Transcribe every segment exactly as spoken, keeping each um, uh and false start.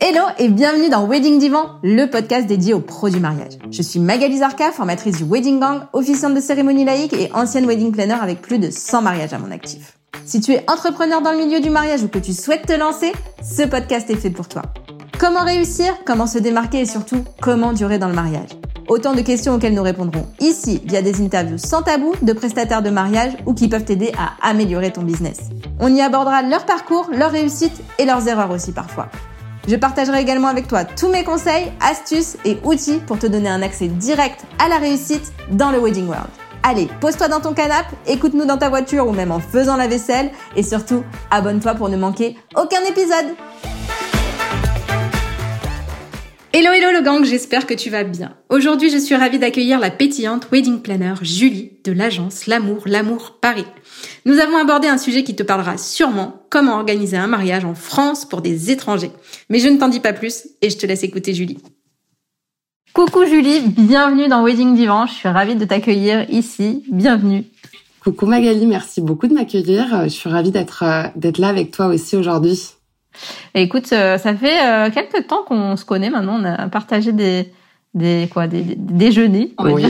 Hello et bienvenue dans Wedding Divan, le podcast dédié aux pros du mariage. Je suis Magali Zarka, formatrice du Wedding Gang, officiante de cérémonie laïque et ancienne wedding planner avec plus de cent mariages à mon actif. Si tu es entrepreneur dans le milieu du mariage ou que tu souhaites te lancer, ce podcast est fait pour toi. Comment réussir, comment se démarquer et surtout, comment durer dans le mariage? Autant de questions auxquelles nous répondrons ici via des interviews sans tabou de prestataires de mariage ou qui peuvent t'aider à améliorer ton business. On y abordera leur parcours, leurs réussites et leurs erreurs aussi parfois. Je partagerai également avec toi tous mes conseils, astuces et outils pour te donner un accès direct à la réussite dans le Wedding World. Allez, pose-toi dans ton canapé, écoute-nous dans ta voiture ou même en faisant la vaisselle et surtout, abonne-toi pour ne manquer aucun épisode. Hello hello le gang, j'espère que tu vas bien. Aujourd'hui, je suis ravie d'accueillir la pétillante wedding planner Julie de l'agence L'amour, l'amour Paris. Nous avons abordé un sujet qui te parlera sûrement, comment organiser un mariage en France pour des étrangers. Mais je ne t'en dis pas plus et je te laisse écouter Julie. Coucou Julie, bienvenue dans Wedding Divan, je suis ravie de t'accueillir ici, bienvenue. Coucou Magali, merci beaucoup de m'accueillir, je suis ravie d'être, d'être là avec toi aussi aujourd'hui. Et écoute, ça fait euh, quelques temps qu'on se connaît maintenant. On a partagé des des quoi, des, des déjeuners, on va oui. dire.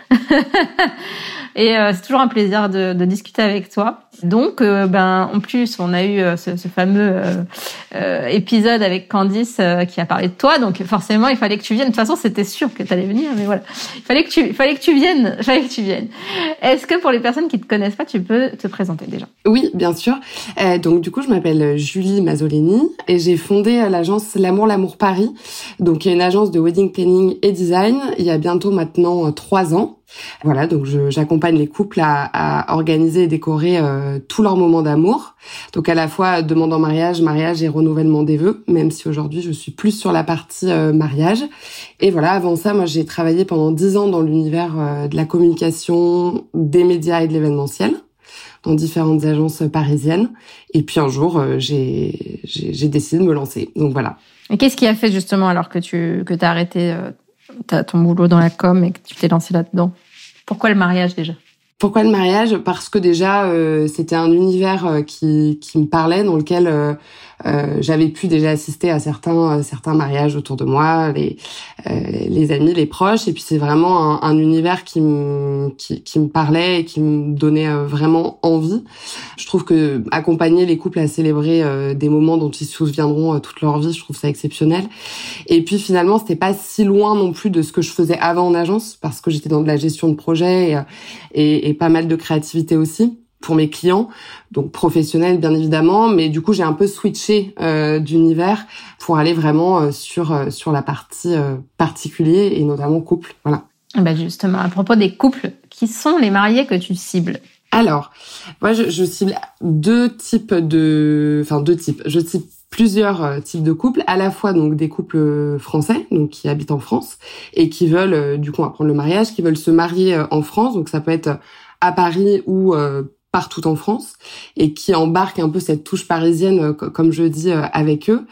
Et euh, c'est toujours un plaisir de, de discuter avec toi. Donc, euh, ben, en plus, on a eu euh, ce, ce fameux euh, euh, épisode avec Candice euh, qui a parlé de toi. Donc, forcément, il fallait que tu viennes. De toute façon, c'était sûr que tu allais venir, mais voilà, il fallait que tu, il fallait que tu viennes. Il fallait que tu viennes. Est-ce que pour les personnes qui te connaissent pas, tu peux te présenter déjà? Oui, bien sûr. Euh, donc, du coup, je m'appelle Julie Mazzoleni et j'ai fondé l'agence L'amour, l'amour Paris. Donc, il y a une agence de wedding planning et design. Il y a bientôt maintenant trois ans. Voilà, donc je, j'accompagne les couples à, à organiser et décorer euh, tous leurs moments d'amour. Donc à la fois demande en mariage, mariage et renouvellement des vœux, même si aujourd'hui je suis plus sur la partie euh, mariage. Et voilà, avant ça, moi j'ai travaillé pendant dix ans dans l'univers euh, de la communication, des médias et de l'événementiel, dans différentes agences parisiennes. Et puis un jour, euh, j'ai, j'ai, j'ai décidé de me lancer. Donc voilà. Et qu'est-ce qui a fait justement alors que tu que t'as arrêté euh, t'as ton boulot dans la com et que tu t'es lancé là-dedans? Pourquoi le mariage déjà? Pourquoi le mariage? Parce que déjà, euh, c'était un univers euh, qui, qui me parlait, dans lequel euh, euh, j'avais pu déjà assister à certains, euh, certains mariages autour de moi, les, euh, les amis, les proches. Et puis c'est vraiment un, un univers qui me, qui, qui me parlait et qui me donnait euh, vraiment envie. Je trouve que accompagner les couples à célébrer euh, des moments dont ils se souviendront euh, toute leur vie, je trouve ça exceptionnel. Et puis finalement, c'était pas si loin non plus de ce que je faisais avant en agence, parce que j'étais dans de la gestion de projet et, et, et pas mal de créativité aussi pour mes clients, donc professionnels bien évidemment, mais du coup j'ai un peu switché euh, d'univers pour aller vraiment euh, sur euh, sur la partie euh, particulier et notamment couple, voilà. Ben justement, à propos des couples, qui sont les mariés que tu cibles? Alors, moi je, je cible deux types de, enfin deux types, je cible plusieurs types de couples, à la fois donc des couples français, donc qui habitent en France et qui veulent du coup apprendre le mariage, qui veulent se marier en France, donc ça peut être à Paris ou euh, partout en France, et qui embarquent un peu cette touche parisienne, euh, comme je dis, euh, avec eux,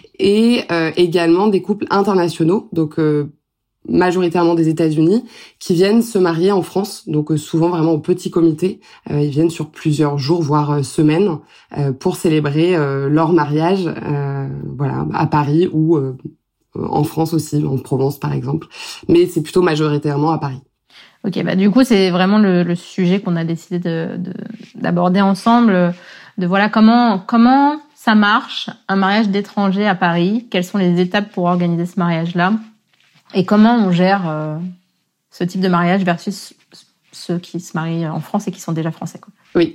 et euh, également des couples internationaux, donc euh, majoritairement des États-Unis, qui viennent se marier en France, donc euh, souvent vraiment au petit comité. Euh, ils viennent sur plusieurs jours, voire euh, semaines, euh, pour célébrer euh, leur mariage, euh, voilà, à Paris ou euh, en France aussi, en Provence par exemple. Mais c'est plutôt majoritairement à Paris. Ok, bah du coup c'est vraiment le, le sujet qu'on a décidé de, de d'aborder ensemble, de voilà comment comment ça marche un mariage d'étrangers à Paris, quelles sont les étapes pour organiser ce mariage-là et comment on gère euh, ce type de mariage versus ceux qui se marient en France et qui sont déjà français, quoi. Oui.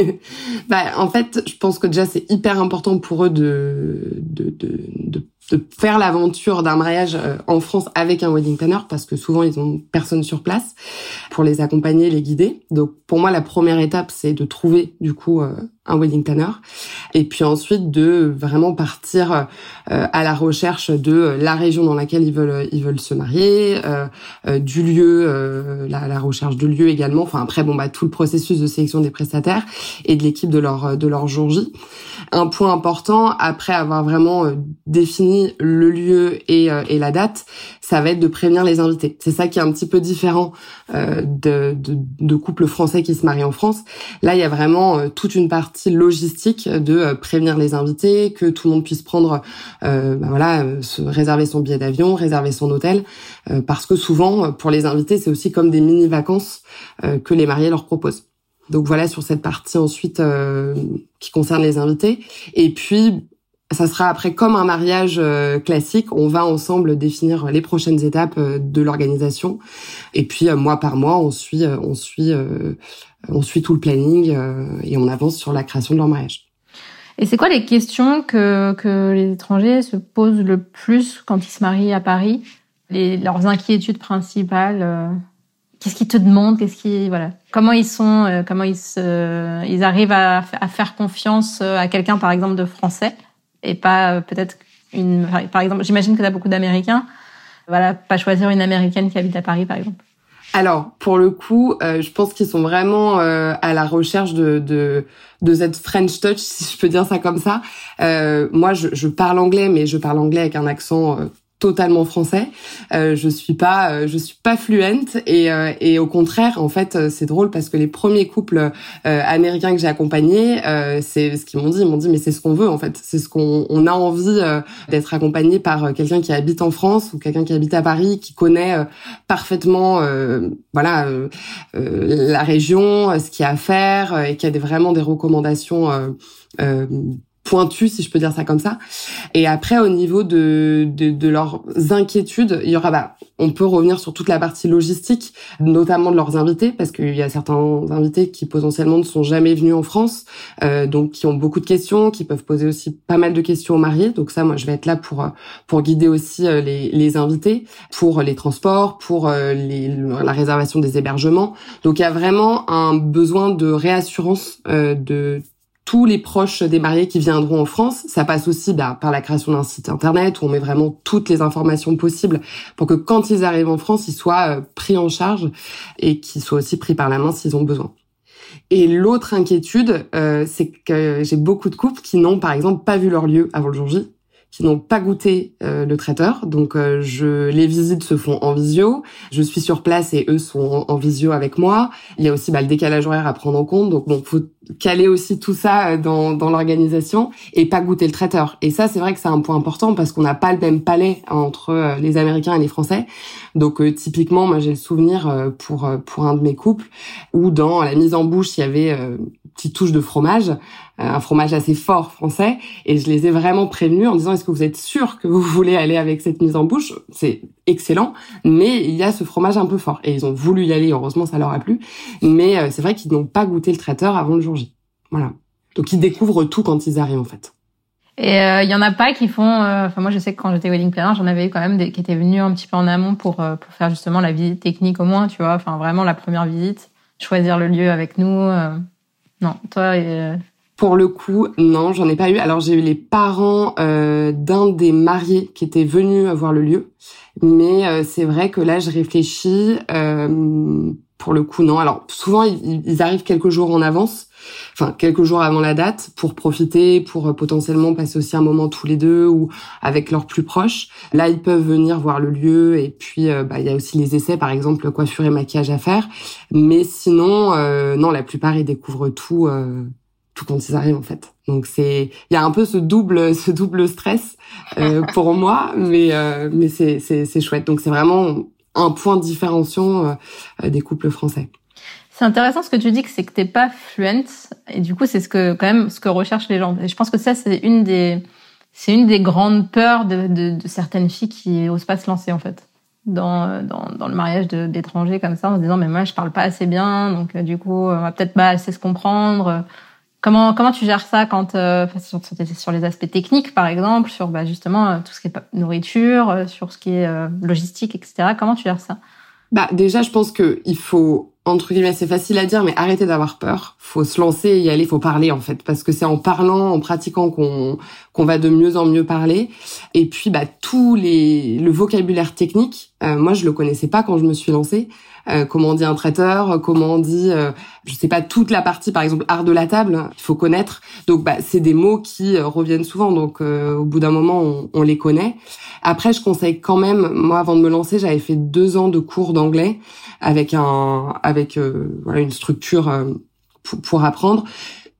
bah, en fait, je pense que déjà, c'est hyper important pour eux de, de, de, de, de faire l'aventure d'un mariage en France avec un wedding planner, parce que souvent, ils ont personne sur place pour les accompagner, les guider. Donc, pour moi, la première étape, c'est de trouver, du coup, un wedding planner. Et puis ensuite, de vraiment partir euh, à la recherche de la région dans laquelle ils veulent, ils veulent se marier, euh, euh, du lieu, euh, la, la recherche de lieu également. Enfin, après, bon, bah, tout le processus de sélection des prestataires et de l'équipe de leur, de leur jour J. Un point important, après avoir vraiment euh, défini le lieu et, euh, et la date, ça va être de prévenir les invités. C'est ça qui est un petit peu différent euh, de, de, de couples français qui se marient en France. Là, il y a vraiment euh, toute une partie partie logistique de euh, prévenir les invités, que tout le monde puisse prendre, euh, bah voilà, euh, se réserver son billet d'avion, réserver son hôtel, euh, parce que souvent, pour les invités, c'est aussi comme des mini-vacances euh, que les mariés leur proposent. Donc voilà sur cette partie ensuite euh, qui concerne les invités. Et puis, ça sera après comme un mariage euh, classique, on va ensemble définir les prochaines étapes euh, de l'organisation. Et puis euh, mois par mois, on suit, euh, on suit, euh, on suit tout le planning euh, et on avance sur la création de leur mariage. Et c'est quoi les questions que que les étrangers se posent le plus quand ils se marient à Paris? Les, leurs inquiétudes principales. Euh, qu'est-ce qu'ils te demandent? Qu'est-ce qui, voilà, comment ils sont, euh, comment ils se, ils arrivent à, à faire confiance à quelqu'un, par exemple, de français? Et pas euh, peut-être une... Par exemple, j'imagine que tu as beaucoup d'Américains. Voilà, pas choisir une Américaine qui habite à Paris, par exemple. Alors, pour le coup, euh, je pense qu'ils sont vraiment euh, à la recherche de, de de cette French touch, si je peux dire ça comme ça. Euh, moi, je, je parle anglais, mais je parle anglais avec un accent euh, totalement français. Euh, je suis pas, euh, je suis pas fluente et euh, et au contraire, en fait, euh, c'est drôle parce que les premiers couples euh, américains que j'ai accompagnés, euh, c'est ce qu'ils m'ont dit. Ils m'ont dit, mais c'est ce qu'on veut en fait. C'est ce qu'on on a envie euh, d'être accompagné par quelqu'un qui habite en France ou quelqu'un qui habite à Paris, qui connaît euh, parfaitement, euh, voilà, euh, euh, la région, ce qu'il y a à faire euh, et qui a des, vraiment des recommandations. Euh, euh, pointu, si je peux dire ça comme ça. Et après, au niveau de, de, de leurs inquiétudes, il y aura, bah, on peut revenir sur toute la partie logistique, notamment de leurs invités, parce qu'il y a certains invités qui potentiellement ne sont jamais venus en France, euh, donc qui ont beaucoup de questions, qui peuvent poser aussi pas mal de questions aux mariés. Donc ça, moi, je vais être là pour pour guider aussi les, les invités, pour les transports, pour les, la réservation des hébergements. Donc il y a vraiment un besoin de réassurance euh, de tous les proches des mariés qui viendront en France. Ça passe aussi bah, par la création d'un site internet où on met vraiment toutes les informations possibles pour que quand ils arrivent en France, ils soient euh, pris en charge et qu'ils soient aussi pris par la main s'ils ont besoin. Et l'autre inquiétude, euh, c'est que j'ai beaucoup de couples qui n'ont par exemple pas vu leur lieu avant le jour J, qui n'ont pas goûté euh, le traiteur. Donc, euh, je les visites se font en visio. Je suis sur place et eux sont en, en visio avec moi. Il y a aussi bah, le décalage horaire à prendre en compte. Donc, bon, faut caler aussi tout ça dans, dans l'organisation et pas goûter le traiteur. Et ça, c'est vrai que c'est un point important parce qu'on n'a pas le même palais entre euh, les Américains et les Français. Donc, euh, typiquement, moi, j'ai le souvenir euh, pour euh, pour un de mes couples où dans la mise en bouche, il y avait euh, une petite touche de fromage, euh, un fromage assez fort français. Et je les ai vraiment prévenus en disant, est-ce que vous êtes sûr que vous voulez aller avec cette mise en bouche? C'est excellent, mais il y a ce fromage un peu fort. Et ils ont voulu y aller, heureusement, ça leur a plu. Mais euh, c'est vrai qu'ils n'ont pas goûté le traiteur avant le jour J. Voilà. Donc, ils découvrent tout quand ils arrivent, en fait. Et il euh, y en a pas qui font... Enfin, euh, moi, je sais que quand j'étais wedding planner, j'en avais eu quand même des qui étaient venus un petit peu en amont pour euh, pour faire justement la visite technique au moins, tu vois. Enfin, vraiment la première visite, choisir le lieu avec nous. Euh... Non, toi... Euh... Pour le coup, non, j'en ai pas eu. Alors, j'ai eu les parents euh, d'un des mariés qui étaient venus voir le lieu. Mais euh, c'est vrai que là, je réfléchis... Euh, pour le coup, non. Alors, souvent, ils, ils arrivent quelques jours en avance, enfin, quelques jours avant la date, pour profiter, pour euh, potentiellement passer aussi un moment tous les deux ou avec leurs plus proches. Là, ils peuvent venir voir le lieu et puis, euh, bah, il y a aussi les essais, par exemple, coiffure et maquillage à faire. Mais sinon, euh, non, la plupart, ils découvrent tout... Euh, tout quand ils arrivent en fait. Donc c'est il y a un peu ce double ce double stress euh, pour moi, mais euh, mais c'est c'est c'est chouette. Donc c'est vraiment un point différenciant euh, des couples français. C'est intéressant ce que tu dis, que c'est que t'es pas fluent et du coup c'est ce que quand même ce que recherchent les gens. Et je pense que ça c'est une des c'est une des grandes peurs de de, de certaines filles qui osent pas se lancer en fait dans dans dans le mariage de, d'étrangers comme ça en se disant mais moi je parle pas assez bien donc euh, du coup on va peut-être pas assez se comprendre. Comment comment tu gères ça quand euh, sur, sur les aspects techniques par exemple, sur bah justement euh, tout ce qui est nourriture, euh, sur ce qui est euh, logistique, et cetera. Comment tu gères ça? Bah déjà je pense que il faut entre guillemets c'est facile à dire mais arrêter d'avoir peur. Faut se lancer et y aller, faut parler en fait parce que c'est en parlant, en pratiquant qu'on qu'on va de mieux en mieux parler. Et puis bah tous les le vocabulaire technique, euh, moi je le connaissais pas quand je me suis lancée. Euh, comment on dit un traiteur, comment on dit, euh, je sais pas, toute la partie, par exemple, art de la table, il faut connaître. Donc, bah, c'est des mots qui euh, reviennent souvent. Donc, euh, au bout d'un moment, on, on les connaît. Après, je conseille quand même, moi, avant de me lancer, j'avais fait deux ans de cours d'anglais avec un, avec euh, voilà, une structure euh, pour, pour apprendre.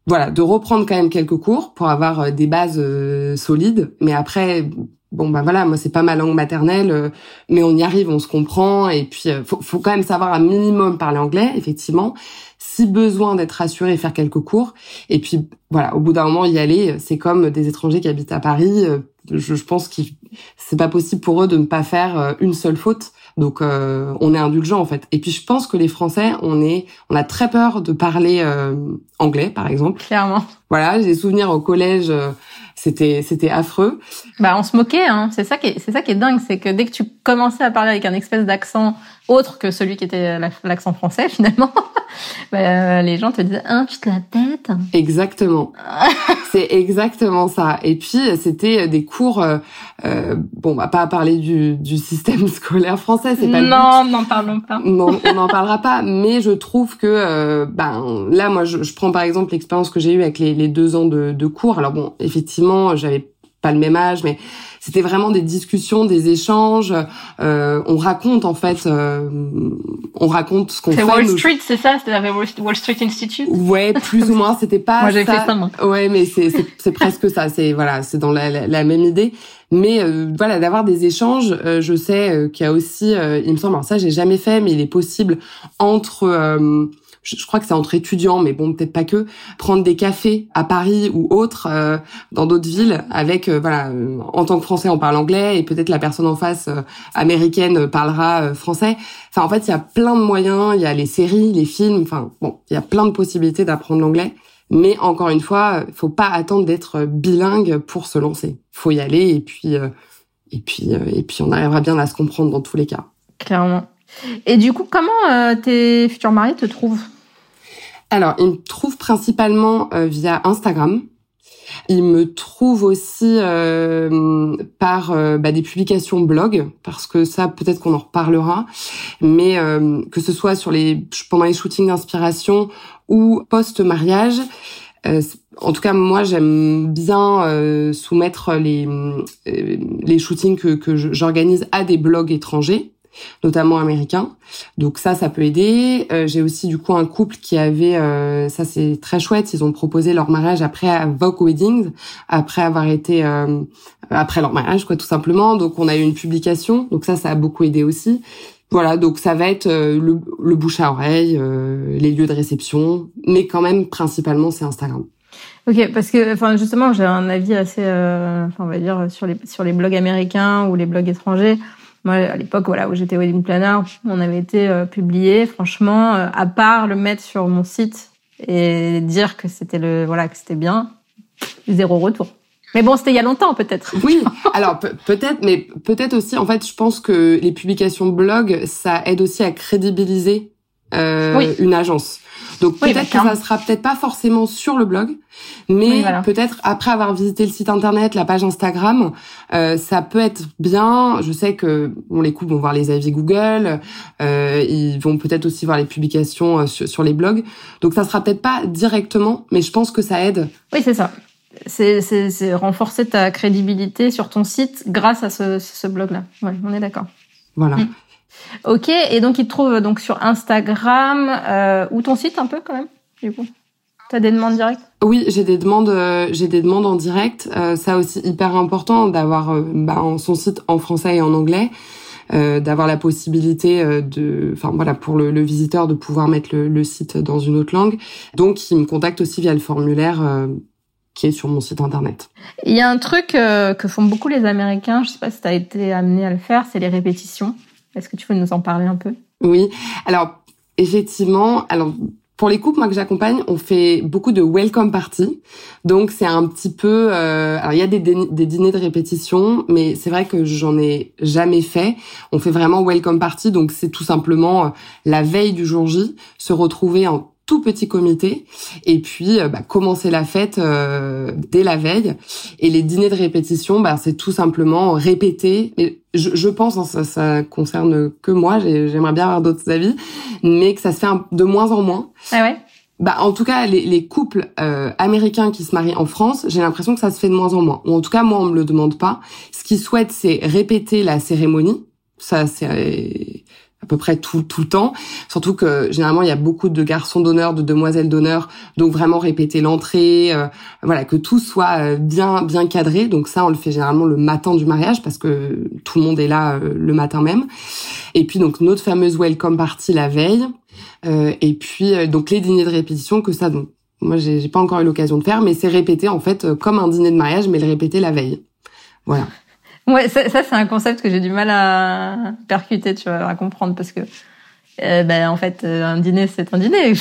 voilà, de reprendre quand même quelques cours pour avoir des bases euh, solides. Mais après, bon bah voilà, moi c'est pas ma langue maternelle, euh, mais on y arrive, on se comprend. Et puis euh, faut, faut quand même savoir un minimum parler anglais, effectivement. Si besoin d'être rassuré, faire quelques cours. Et puis voilà, au bout d'un moment y aller. C'est comme des étrangers qui habitent à Paris. Euh, je, je pense que c'est pas possible pour eux de ne pas faire une seule faute. Donc euh, on est indulgent en fait. Et puis je pense que les Français, on est, on a très peur de parler euh, anglais, par exemple. Clairement. Voilà, j'ai des souvenirs au collège, euh, c'était c'était affreux. Bah on se moquait, hein. C'est ça qui est, c'est ça qui est dingue, c'est que dès que tu commençais à parler avec un espèce d'accent autre que celui qui était l'accent français finalement, bah, les gens te disaient hein, tu te la tête. Exactement. C'est exactement ça. Et puis c'était des cours, euh, euh, bon, on va pas parler du, du système scolaire français, c'est pas le but. Non, n'en parlons pas. Non, on n'en parlera pas. Mais je trouve que, euh, ben là, moi, je, je prends par exemple l'expérience que j'ai eue avec les, les deux ans de, de cours. Alors bon, effectivement, j'avais pas le même âge, mais c'était vraiment des discussions, des échanges. Euh, on raconte en fait, euh, on raconte ce qu'on fait. C'est Wall nous... Street, c'est ça? C'était la Wall Street Institute? Ouais, plus ou moins. C'était pas. Moi, j'ai ça. fait ça, moi. Ouais, mais c'est c'est, c'est presque ça. C'est voilà, c'est dans la, la, la même idée. Mais euh, voilà, d'avoir des échanges. Euh, je sais euh, qu'il y a aussi, euh, il me semble, alors ça j'ai jamais fait, mais il est possible entre. Euh, je crois que c'est entre étudiants, mais bon, peut-être pas que, prendre des cafés à Paris ou autres, euh, dans d'autres villes, avec, euh, voilà, euh, en tant que Français, on parle anglais, et peut-être la personne en face, euh, américaine, euh, parlera euh, français. Enfin, en fait, il y a plein de moyens, il y a les séries, les films, enfin, bon, il y a plein de possibilités d'apprendre l'anglais. Mais encore une fois, faut pas attendre d'être bilingue pour se lancer. Faut y aller, et puis, euh, et puis, euh, et puis on arrivera bien à se comprendre dans tous les cas. Clairement. Et du coup, comment euh, tes futurs mariés te trouvent? Alors, ils me trouvent principalement euh, via Instagram. Ils me trouvent aussi euh, par euh, bah, des publications blog, parce que ça, peut-être qu'on en reparlera. Mais euh, que ce soit sur les pendant les shootings d'inspiration ou post-mariage, euh, en tout cas, moi, j'aime bien euh, soumettre les euh, les shootings que, que j'organise à des blogs étrangers, notamment américains. Donc ça, ça peut aider. Euh, j'ai aussi du coup un couple qui avait, euh, ça c'est très chouette, ils ont proposé leur mariage après à Vogue Weddings, après avoir été, euh, après leur mariage quoi, tout simplement. Donc on a eu une publication, donc ça, ça a beaucoup aidé aussi. Voilà, donc ça va être euh, le, le bouche à oreille, euh, les lieux de réception, mais quand même principalement c'est Instagram. Ok, parce que, enfin, justement, j'ai un avis assez, euh, enfin, on va dire sur les sur les blogs américains ou les blogs étrangers. Moi, à l'époque, voilà, où j'étais wedding planner, on avait été euh, publié. Franchement, euh, à part le mettre sur mon site et dire que c'était le, voilà, que c'était bien, zéro retour. Mais bon, c'était il y a longtemps, peut-être. Oui. Alors pe- peut-être, mais peut-être aussi. En fait, je pense que les publications blog, ça aide aussi à crédibiliser euh, oui. une agence. Donc oui, peut-être bah, que ça sera peut-être pas forcément sur le blog, mais oui, voilà. peut-être après avoir visité le site internet, la page Instagram, euh, ça peut être bien. Je sais que bon, les couples vont voir les avis Google, euh, ils vont peut-être aussi voir les publications euh, sur, sur les blogs. Donc ça sera peut-être pas directement, mais je pense que ça aide. Oui, c'est ça. C'est, c'est, c'est renforcer ta crédibilité sur ton site grâce à ce, ce blog-là. Ouais, on est d'accord. Voilà. Mmh. Ok, et donc ils te trouvent donc sur Instagram euh, ou ton site un peu quand même. Du coup, t'as des demandes directes? Oui, j'ai des demandes, euh, j'ai des demandes en direct. Euh, ça aussi hyper important d'avoir euh, bah, son site en français et en anglais, euh, d'avoir la possibilité euh, de, enfin voilà, pour le, le visiteur de pouvoir mettre le, le site dans une autre langue. Donc ils me contactent aussi via le formulaire euh, qui est sur mon site internet. Il y a un truc euh, que font beaucoup les Américains. Je sais pas si t'as été amené à le faire, c'est les répétitions. Est-ce que tu peux nous en parler un peu? Oui. Alors, effectivement, alors, pour les couples, moi, que j'accompagne, on fait beaucoup de welcome party. Donc, c'est un petit peu, euh, alors, il y a des, des dîners de répétition, mais c'est vrai que j'en ai jamais fait. On fait vraiment welcome party. Donc, c'est tout simplement euh, la veille du jour J, se retrouver en tout petit comité et puis bah, commencer la fête euh, dès la veille. Et les dîners de répétition, bah, c'est tout simplement répéter. Et je, je pense, hein, ça, ça concerne que moi, j'ai, j'aimerais bien avoir d'autres avis, mais que ça se fait un, de moins en moins. Ah ouais. Bah, en tout cas, les, les couples euh, américains qui se marient en France, j'ai l'impression que ça se fait de moins en moins. Ou en tout cas, moi, on me le demande pas. Ce qu'ils souhaitent, c'est répéter la cérémonie. Ça, c'est à peu près tout tout le temps. Surtout que généralement il y a beaucoup de garçons d'honneur, de demoiselles d'honneur, donc vraiment répéter l'entrée, euh, voilà, que tout soit euh, bien bien cadré. Donc ça on le fait généralement le matin du mariage parce que tout le monde est là euh, le matin même. Et puis donc notre fameuse welcome party la veille. Euh, et puis euh, donc les dîners de répétition que ça donc moi j'ai, j'ai pas encore eu l'occasion de faire, mais c'est répété en fait euh, comme un dîner de mariage, mais le répéter la veille. Voilà. Ouais, ça, ça c'est un concept que j'ai du mal à percuter, tu vois, à comprendre parce que, euh, ben en fait, un dîner c'est un dîner.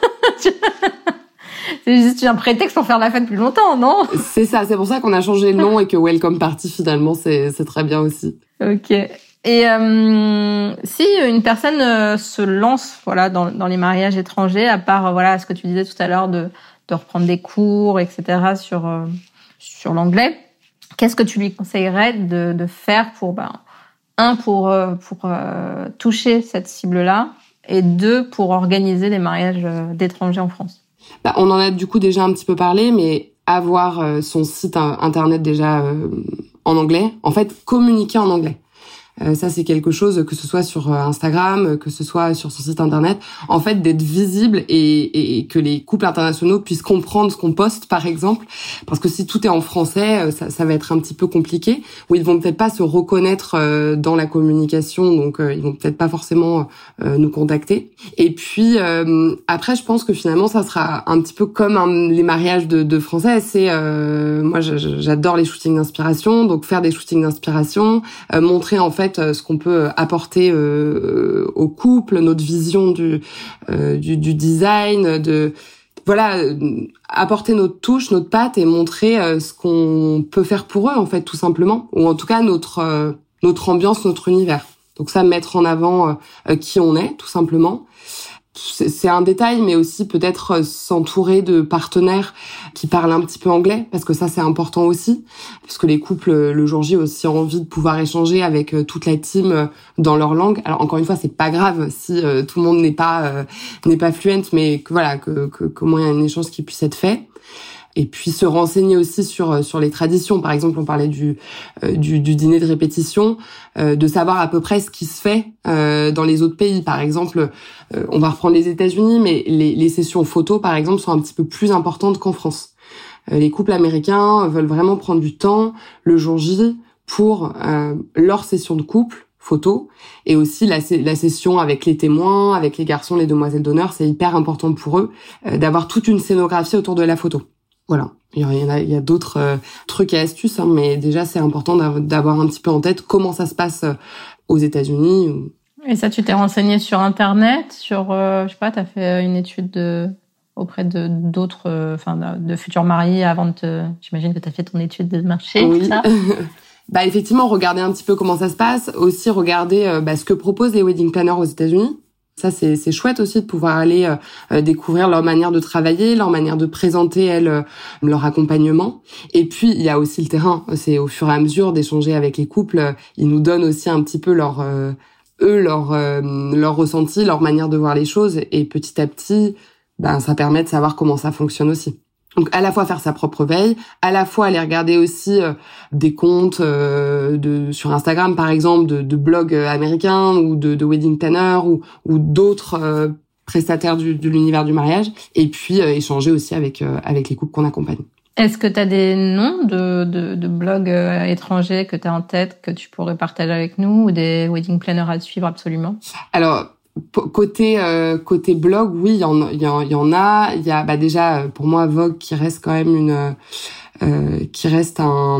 C'est juste un prétexte pour faire la fête plus longtemps, non? C'est ça, c'est pour ça qu'on a changé le nom et que Welcome Party finalement c'est c'est très bien aussi. Ok. Et euh, si une personne euh, se lance, voilà, dans dans les mariages étrangers, à part euh, voilà ce que tu disais tout à l'heure de de reprendre des cours, et cetera sur euh, sur l'anglais. Qu'est-ce que tu lui conseillerais de, de faire pour, ben, un, pour, pour euh, toucher cette cible-là, et deux, pour organiser des mariages d'étrangers en France? Bah, on en a du coup déjà un petit peu parlé, mais avoir euh, son site internet déjà euh, en anglais, en fait, communiquer en anglais. Euh, ça, c'est quelque chose, que ce soit sur Instagram, que ce soit sur son site internet, en fait, d'être visible et, et, et que les couples internationaux puissent comprendre ce qu'on poste, par exemple. Parce que si tout est en français, ça, ça va être un petit peu compliqué, ou ils vont peut-être pas se reconnaître euh, dans la communication, donc euh, ils vont peut-être pas forcément euh, nous contacter. Et puis, euh, après, je pense que finalement, ça sera un petit peu comme un, les mariages de, de Français. C'est, euh, moi, je, j'adore les shootings d'inspiration, donc faire des shootings d'inspiration, euh, montrer en fait ce qu'on peut apporter euh, au couple, notre vision du, euh, du du design, de voilà, apporter notre touche, notre patte et montrer euh, ce qu'on peut faire pour eux en fait tout simplement, ou en tout cas notre euh, notre ambiance, notre univers. Donc ça, mettre en avant euh, qui on est tout simplement. C'est, c'est un détail, mais aussi peut-être s'entourer de partenaires qui parlent un petit peu anglais, parce que ça c'est important aussi, parce que les couples le jour J ont aussi envie de pouvoir échanger avec toute la team dans leur langue. Alors encore une fois, c'est pas grave si euh, tout le monde n'est pas euh, n'est pas fluent, mais que voilà, que que comment il y a un échange qui puisse être fait. Et puis se renseigner aussi sur sur les traditions. Par exemple, on parlait du euh, du, du dîner de répétition, euh, de savoir à peu près ce qui se fait euh, dans les autres pays. Par exemple, euh, on va reprendre les États-Unis, mais les, les sessions photos, par exemple, sont un petit peu plus importantes qu'en France. Euh, les couples américains veulent vraiment prendre du temps le jour J pour euh, leur session de couple photo, et aussi la, la session avec les témoins, avec les garçons, les demoiselles d'honneur. C'est hyper important pour eux euh, d'avoir toute une scénographie autour de la photo. Voilà, il y en a, il y a d'autres euh, trucs et astuces, hein, mais déjà c'est important d'avoir un petit peu en tête comment ça se passe aux États-Unis. Et ça, tu t'es renseigné sur Internet, sur, euh, je sais pas, t'as fait une étude de, auprès de d'autres, euh, enfin, de, de futurs mariés avant de te, j'imagine que t'as fait ton étude de marché, oui. tout ça. Bah effectivement, regarder un petit peu comment ça se passe, aussi regarder euh, bah, ce que proposent les wedding planners aux États-Unis. Ça, c'est, c'est chouette aussi de pouvoir aller euh, découvrir leur manière de travailler, leur manière de présenter, elles, euh, leur accompagnement. Et puis, il y a aussi le terrain. C'est au fur et à mesure d'échanger avec les couples, euh, ils nous donnent aussi un petit peu leur, euh, eux, leur, euh, leur ressenti, leur manière de voir les choses. Et petit à petit, ben, ça permet de savoir comment ça fonctionne aussi. Donc à la fois faire sa propre veille, à la fois aller regarder aussi euh, des comptes euh, de sur Instagram par exemple de, de blogs américains ou de, de wedding planners ou, ou d'autres euh, prestataires du, de l'univers du mariage, et puis euh, échanger aussi avec euh, avec les couples qu'on accompagne. Est-ce que tu as des noms de, de, de blogs euh, étrangers que tu as en tête que tu pourrais partager avec nous, ou des wedding planners à suivre absolument? Alors côté euh, côté blog, oui, il y en il y en il y en a, il y a bah déjà pour moi Vogue qui reste quand même une euh, qui reste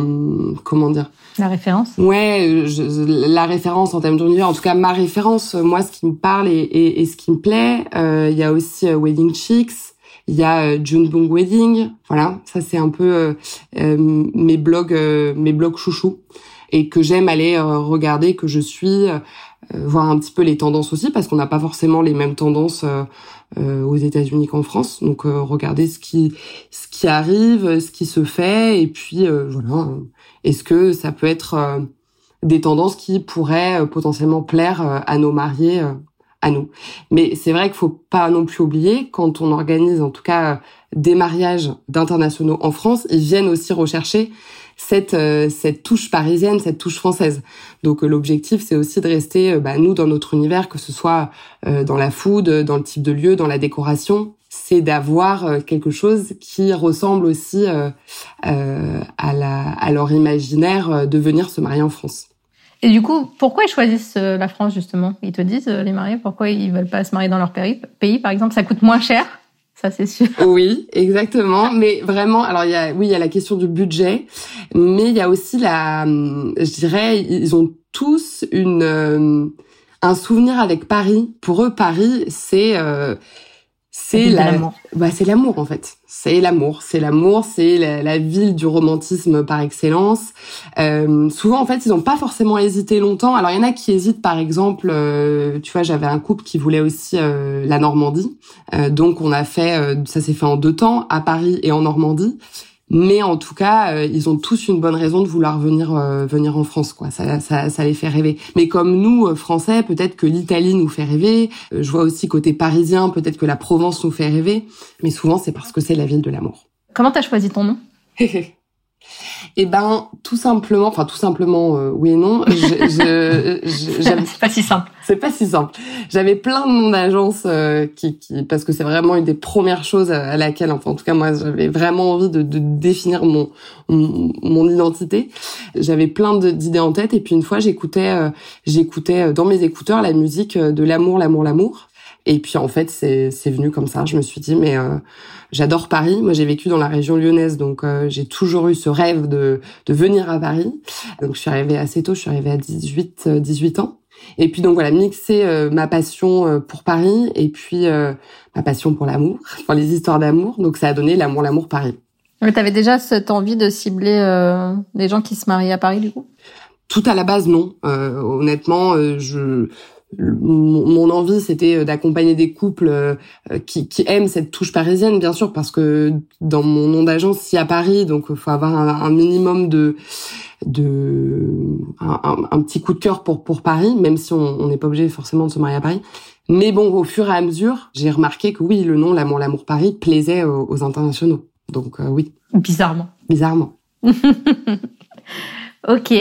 un comment dire la référence. Ouais, je, la référence en termes d'univers, en tout cas ma référence, moi ce qui me parle et et, et ce qui me plaît, euh, il y a aussi euh, Wedding Chicks, il y a euh, Junebug Wedding, voilà, ça c'est un peu euh, euh, mes blogs euh, mes blogs chouchous et que j'aime aller euh, regarder, que je suis euh, voir un petit peu les tendances aussi, parce qu'on n'a pas forcément les mêmes tendances euh, euh, aux États-Unis qu'en France. Donc euh, regarder ce qui ce qui arrive, ce qui se fait, et puis euh, voilà, est-ce que ça peut être euh, des tendances qui pourraient euh, potentiellement plaire euh, à nos mariés euh, à nous. Mais c'est vrai qu'il faut pas non plus oublier, quand on organise en tout cas des mariages d'internationaux en France, ils viennent aussi rechercher cette euh, cette touche parisienne, cette touche française. Donc euh, l'objectif, c'est aussi de rester, euh, bah, nous, dans notre univers, que ce soit euh, dans la food, dans le type de lieu, dans la décoration, c'est d'avoir euh, quelque chose qui ressemble aussi euh, euh, à, la, à leur imaginaire euh, de venir se marier en France. Et du coup, pourquoi ils choisissent euh, la France, justement ? Ils te disent, euh, les mariés, pourquoi ils veulent pas se marier dans leur pays, pays, par exemple ? Ça coûte moins cher ? Ça, c'est sûr. Oui, exactement. Mais vraiment, alors il y a, oui, il y a la question du budget, mais il y a aussi la, je dirais, ils ont tous une, euh, un souvenir avec Paris. Pour eux, Paris, c'est, euh, c'est la, l'amour. Bah, c'est l'amour en fait. C'est l'amour, c'est l'amour, c'est la, la ville du romantisme par excellence. Euh, souvent en fait, ils n'ont pas forcément hésité longtemps. Alors il y en a qui hésitent, par exemple, euh, tu vois, j'avais un couple qui voulait aussi euh, la Normandie, euh, donc on a fait, euh, ça s'est fait en deux temps, à Paris et en Normandie. Mais en tout cas, euh, ils ont tous une bonne raison de vouloir venir euh, venir en France, quoi. Ça, ça, ça les fait rêver. Mais comme nous, euh, Français, peut-être que l'Italie nous fait rêver. Euh, je vois aussi côté parisien, peut-être que la Provence nous fait rêver. Mais souvent, c'est parce que c'est la ville de l'amour. Comment t'as choisi ton nom ? Eh ben, tout simplement, enfin tout simplement, euh, oui et non. Je, je, je, j'avais... C'est pas si simple. C'est pas si simple. J'avais plein de noms d'agence euh, qui, qui, parce que c'est vraiment une des premières choses à laquelle, enfin en tout cas moi, j'avais vraiment envie de, de définir mon, mon, mon identité. J'avais plein de, d'idées en tête et puis une fois j'écoutais, euh, j'écoutais dans mes écouteurs la musique de l'amour, l'amour, l'amour. Et puis en fait c'est c'est venu comme ça. Je me suis dit mais euh, j'adore Paris. Moi j'ai vécu dans la région lyonnaise donc euh, j'ai toujours eu ce rêve de de venir à Paris. Donc je suis arrivée assez tôt. Je suis arrivée à dix-huit dix-huit ans. Et puis donc voilà mixer euh, ma passion euh, pour Paris et puis euh, ma passion pour l'amour, pour les histoires d'amour. Donc ça a donné l'amour l'amour Paris. Mais t'avais déjà cette envie de cibler euh, les gens qui se mariaient à Paris du coup ? Tout à la base non. Euh, honnêtement euh, je mon envie c'était d'accompagner des couples qui, qui aiment cette touche parisienne bien sûr parce que dans mon nom d'agence c'est à Paris donc il faut avoir un, un minimum de de un, un, un petit coup de cœur pour pour Paris même si on n'est pas obligé forcément de se marier à Paris mais bon au fur et à mesure j'ai remarqué que oui le nom l'amour l'amour Paris plaisait aux, aux internationaux donc euh, oui bizarrement bizarrement ok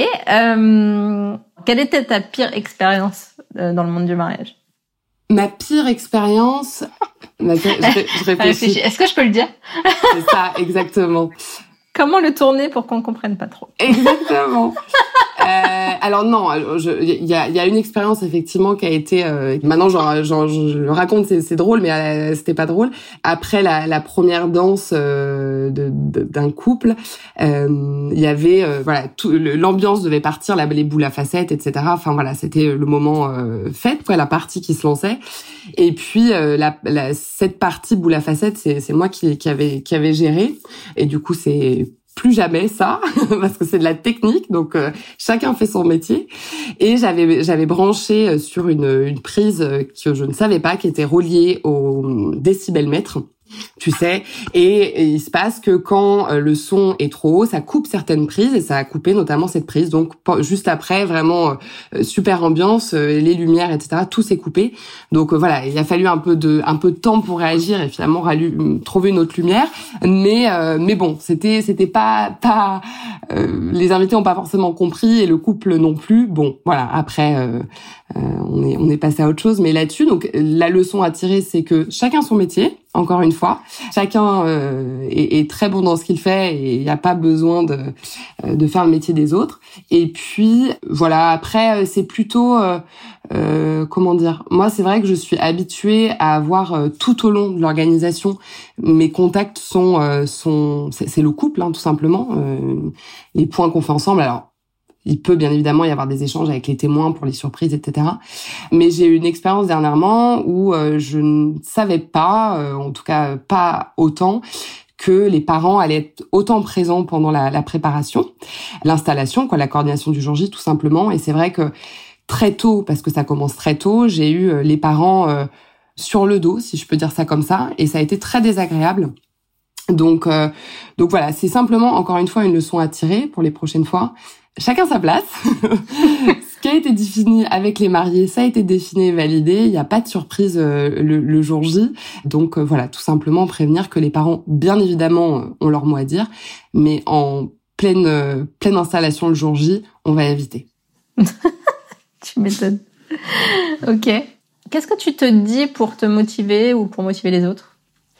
euh, quelle était ta pire expérience dans le monde du mariage? Ma pire expérience... Ma pire, je, je réfléchis. Est-ce que je peux le dire? C'est ça, exactement. Comment le tourner pour qu'on comprenne pas trop? Exactement. euh, alors non, il y a, y a une expérience effectivement qui a été... Euh, maintenant, genre, genre, je le raconte, c'est, c'est drôle, mais euh, c'était pas drôle. Après la, la première danse euh, de, de, d'un couple, il euh, y avait... Euh, voilà, tout, l'ambiance devait partir, la, les boules à facettes, et cetera. Enfin voilà, c'était le moment euh, fait, quoi, la partie qui se lançait. Et puis, euh, la, la, cette partie boule à facettes, c'est, c'est moi qui, qui, avait, qui avait géré. Et du coup, c'est... plus jamais ça parce que c'est de la technique donc euh, chacun fait son métier et j'avais j'avais branché sur une une prise que je ne savais pas qui était reliée au décibelmètre tu sais et, et il se passe que quand le son est trop haut ça coupe certaines prises et ça a coupé notamment cette prise donc juste après vraiment euh, super ambiance euh, les lumières etc tout s'est coupé donc euh, voilà il a fallu un peu de un peu de temps pour réagir et finalement rallu, trouver une autre lumière mais euh, mais bon c'était c'était pas pas euh, les invités ont pas forcément compris et le couple non plus bon voilà après euh, euh, on est on est passé à autre chose mais là-dessus donc la leçon à tirer c'est que chacun son métier encore une fois, chacun euh, est, est très bon dans ce qu'il fait et il n'y a pas besoin de de faire le métier des autres. Et puis voilà, après c'est plutôt euh, euh, comment dire. Moi, c'est vrai que je suis habituée à avoir euh, tout au long de l'organisation mes contacts sont euh, sont c'est, c'est le couple hein, tout simplement euh, les points qu'on fait ensemble. Alors il peut bien évidemment y avoir des échanges avec les témoins pour les surprises, et cetera. Mais j'ai eu une expérience dernièrement où euh, je ne savais pas, euh, en tout cas pas autant, que les parents allaient être autant présents pendant la, la préparation, l'installation, quoi, la coordination du jour J, tout simplement. Et c'est vrai que très tôt, parce que ça commence très tôt, j'ai eu les parents euh, sur le dos, si je peux dire ça comme ça, et ça a été très désagréable. Donc, euh, donc voilà, c'est simplement encore une fois une leçon à tirer pour les prochaines fois. chacun sa place. Ce qui a été défini avec les mariés, ça a été défini et validé. Il n'y a pas de surprise euh, le, le jour J. Donc euh, voilà, tout simplement prévenir que les parents, bien évidemment, euh, ont leur mot à dire, mais en pleine euh, pleine installation le jour J, on va éviter. Tu m'étonnes. Ok. Qu'est-ce que tu te dis pour te motiver ou pour motiver les autres ?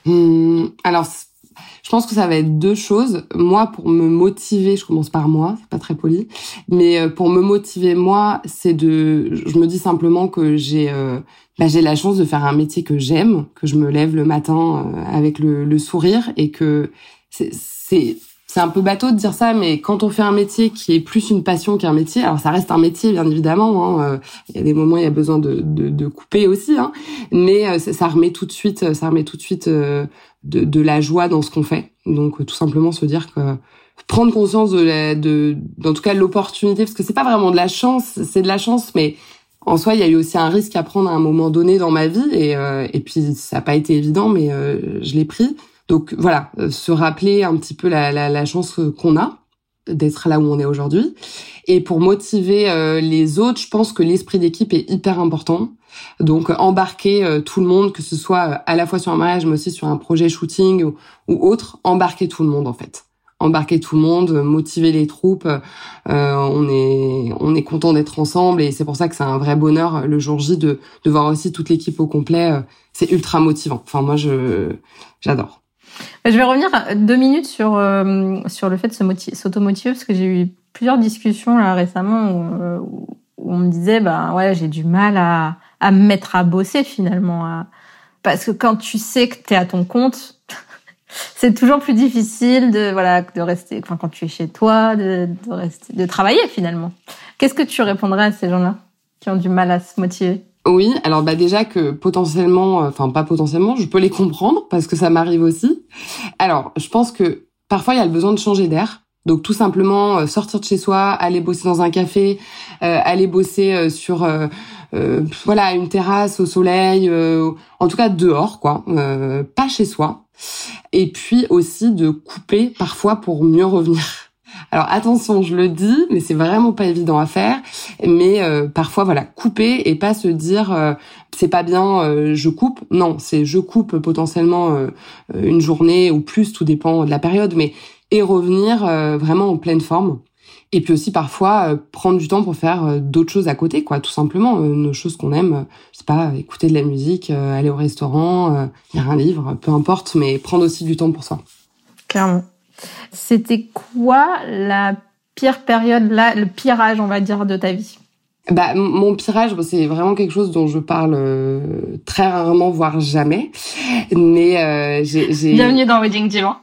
Hum, alors, je pense que ça va être deux choses. Moi, pour me motiver, je commence par moi, c'est pas très poli, mais pour me motiver, moi, c'est de, je me dis simplement que j'ai, euh, bah, j'ai la chance de faire un métier que j'aime, que je me lève le matin euh, avec le, le sourire et que c'est, c'est, c'est un peu bateau de dire ça, mais quand on fait un métier qui est plus une passion qu'un métier, alors ça reste un métier bien évidemment. Hein, il y a des moments où il y a besoin de, de, de couper aussi, hein, mais ça remet tout de suite, ça remet tout de suite euh, de, de la joie dans ce qu'on fait. Donc tout simplement se dire que prendre conscience de, la, de, en tout cas de l'opportunité, parce que c'est pas vraiment de la chance, c'est de la chance, mais en soi il y a eu aussi un risque à prendre à un moment donné dans ma vie et, euh, et puis ça n'a pas été évident, mais euh, je l'ai pris. Donc voilà, euh, se rappeler un petit peu la, la, la chance qu'on a d'être là où on est aujourd'hui. Et pour motiver euh, les autres, je pense que l'esprit d'équipe est hyper important. Donc embarquer euh, tout le monde, que ce soit euh, à la fois sur un mariage, mais aussi sur un projet shooting ou, ou autre, embarquer tout le monde en fait. Embarquer tout le monde, motiver les troupes. Euh, on est on est content d'être ensemble et c'est pour ça que c'est un vrai bonheur le jour J de de voir aussi toute l'équipe au complet. C'est ultra motivant. Enfin moi je j'adore. Je vais revenir deux minutes sur euh, sur le fait de se motiver, s'automotiver parce que j'ai eu plusieurs discussions là récemment où, où on me disait bah ouais j'ai du mal à à me mettre à bosser finalement à... parce que quand tu sais que t'es à ton compte c'est toujours plus difficile de voilà de rester enfin quand tu es chez toi de de rester de travailler finalement. Qu'est-ce que tu répondrais à ces gens-là qui ont du mal à se motiver? Oui, alors bah déjà que potentiellement, enfin pas potentiellement, je peux les comprendre parce que ça m'arrive aussi. Alors, je pense que parfois il y a le besoin de changer d'air. Donc tout simplement sortir de chez soi, aller bosser dans un café, euh, aller bosser euh, sur euh, euh, voilà une terrasse au soleil, euh, en tout cas dehors quoi, euh, pas chez soi. Et puis aussi de couper parfois pour mieux revenir. Alors attention, je le dis, mais c'est vraiment pas évident à faire. Mais euh, parfois, voilà, couper et pas se dire euh, c'est pas bien, euh, je coupe. Non, c'est je coupe potentiellement euh, une journée ou plus, tout dépend de la période, mais et revenir euh, vraiment en pleine forme. Et puis aussi parfois euh, prendre du temps pour faire euh, d'autres choses à côté, quoi, tout simplement, euh, nos choses qu'on aime. Euh, je sais pas, écouter de la musique, euh, aller au restaurant, euh, lire un livre, peu importe, mais prendre aussi du temps pour soi. Clairement. C'était quoi la pire période, là, le pire âge, on va dire, de ta vie? Bah, mon pire âge, c'est vraiment quelque chose dont je parle euh, très rarement, voire jamais. Mais euh, j'ai, j'ai... Bienvenue dans Wedding Divan.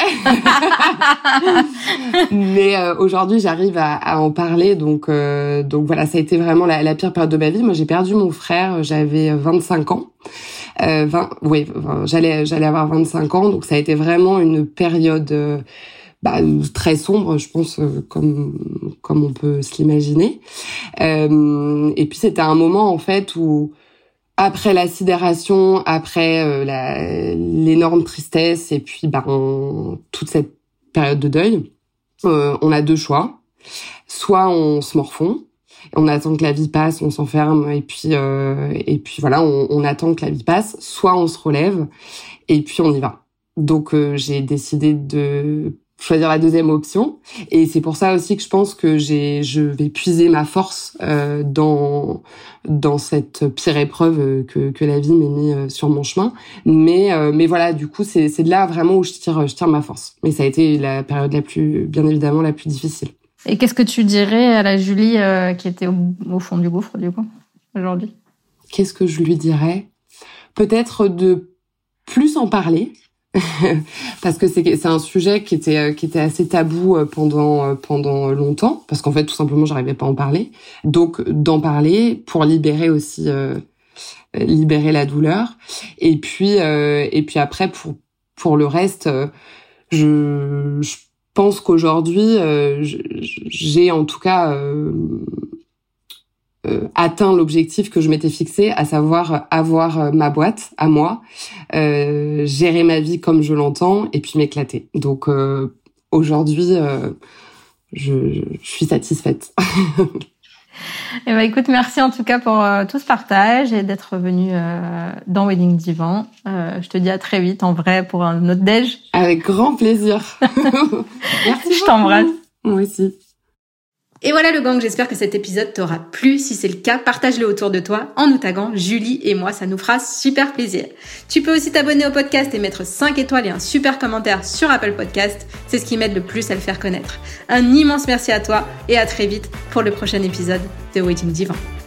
Mais euh, aujourd'hui, j'arrive à, à en parler. Donc, euh, donc voilà, ça a été vraiment la, la pire période de ma vie. Moi, j'ai perdu mon frère. J'avais vingt-cinq ans. Euh, vingt, oui, j'allais, j'allais avoir vingt-cinq ans. Donc, ça a été vraiment une période. Euh, Bah, très sombre, je pense, euh, comme comme on peut se l'imaginer. Euh, et puis c'était un moment en fait où après la sidération, après euh, la, l'énorme tristesse et puis bah on, toute cette période de deuil, euh, on a deux choix. Soit on se morfond, on attend que la vie passe, on s'enferme et puis euh, et puis voilà, on, on attend que la vie passe. Soit on se relève et puis on y va. Donc euh, j'ai décidé de choisir la deuxième option et c'est pour ça aussi que je pense que j'ai je vais puiser ma force euh, dans dans cette pire épreuve que que la vie m'a mis sur mon chemin mais euh, mais voilà du coup c'est c'est de là vraiment où je tire je tire ma force mais ça a été la période la plus bien évidemment la plus difficile. Et qu'est-ce que tu dirais à la Julie euh, qui était au, au fond du gouffre du coup aujourd'hui? Qu'est-ce que je lui dirais? Peut-être de plus en parler. Parce que c'est c'est un sujet qui était qui était assez tabou pendant pendant longtemps parce qu'en fait tout simplement j'arrivais pas à en parler. Donc d'en parler pour libérer aussi euh, libérer la douleur et puis euh, et puis après pour pour le reste euh, je je pense qu'aujourd'hui euh, j'ai en tout cas euh, Euh, atteint l'objectif que je m'étais fixé, à savoir avoir ma boîte à moi, euh, gérer ma vie comme je l'entends et puis m'éclater. Donc euh, aujourd'hui, euh, je, je, je suis satisfaite. Eh ben, écoute, merci en tout cas pour euh, tout ce partage et d'être venu euh, dans Wedding Divan. Euh, je te dis à très vite en vrai pour un autre déj. Avec grand plaisir. Merci. Je t'embrasse. Moi aussi. Et voilà le gang, j'espère que cet épisode t'aura plu. Si c'est le cas, partage-le autour de toi en nous taguant Julie et moi, ça nous fera super plaisir. Tu peux aussi t'abonner au podcast et mettre cinq étoiles et un super commentaire sur Apple Podcast. C'est ce qui m'aide le plus à le faire connaître. Un immense merci à toi et à très vite pour le prochain épisode de Wedding Divan.